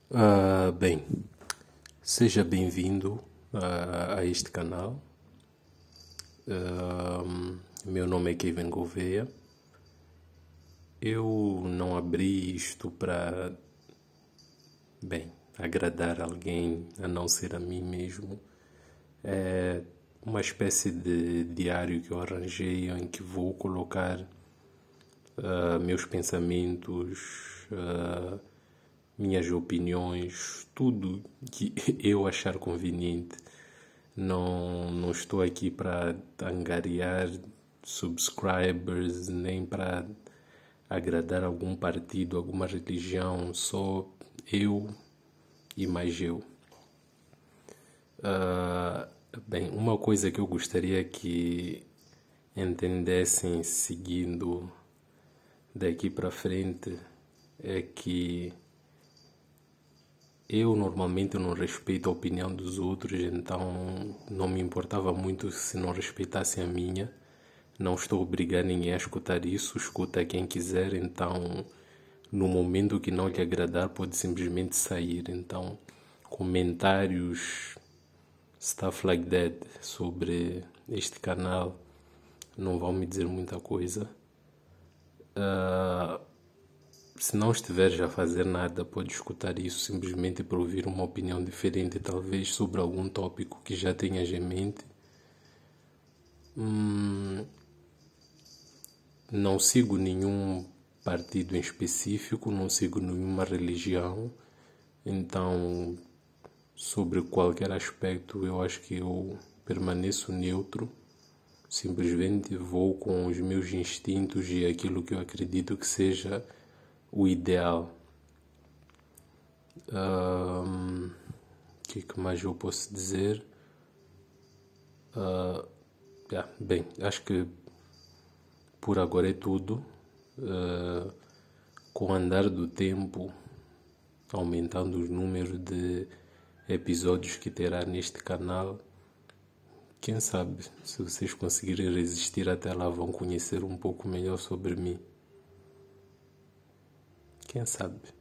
Bem, seja bem-vindo a este canal. Meu nome é Kevin Gouveia. Eu não abri isto para, agradar alguém a não ser a mim mesmo. É uma espécie de diário que eu arranjei em que vou colocar meus pensamentos, minhas opiniões, tudo que eu achar conveniente. Não estou aqui para angariar subscribers, nem para agradar algum partido, alguma religião, só eu e mais eu. Uma coisa que eu gostaria que entendessem seguindo daqui para frente é que eu normalmente não respeito a opinião dos outros, então não me importava muito se não respeitassem a minha. Não estou obrigando ninguém a escutar isso, escuta quem quiser, então no momento que não lhe agradar pode simplesmente sair. Então, comentários, stuff like that sobre este canal não vão me dizer muita coisa. Se não estiveres a fazer nada, pode escutar isso simplesmente para ouvir uma opinião diferente, talvez sobre algum tópico que já tenhas em mente. Não sigo nenhum partido em específico, não sigo nenhuma religião, então sobre qualquer aspecto eu acho que eu permaneço neutro, simplesmente vou com os meus instintos e aquilo que eu acredito que seja o ideal. O que mais eu posso dizer? Acho que por agora é tudo. Com o andar do tempo, aumentando os números de episódios que terá neste canal, quem sabe, se vocês conseguirem resistir até lá, vão conhecer um pouco melhor sobre mim. Quem sabe?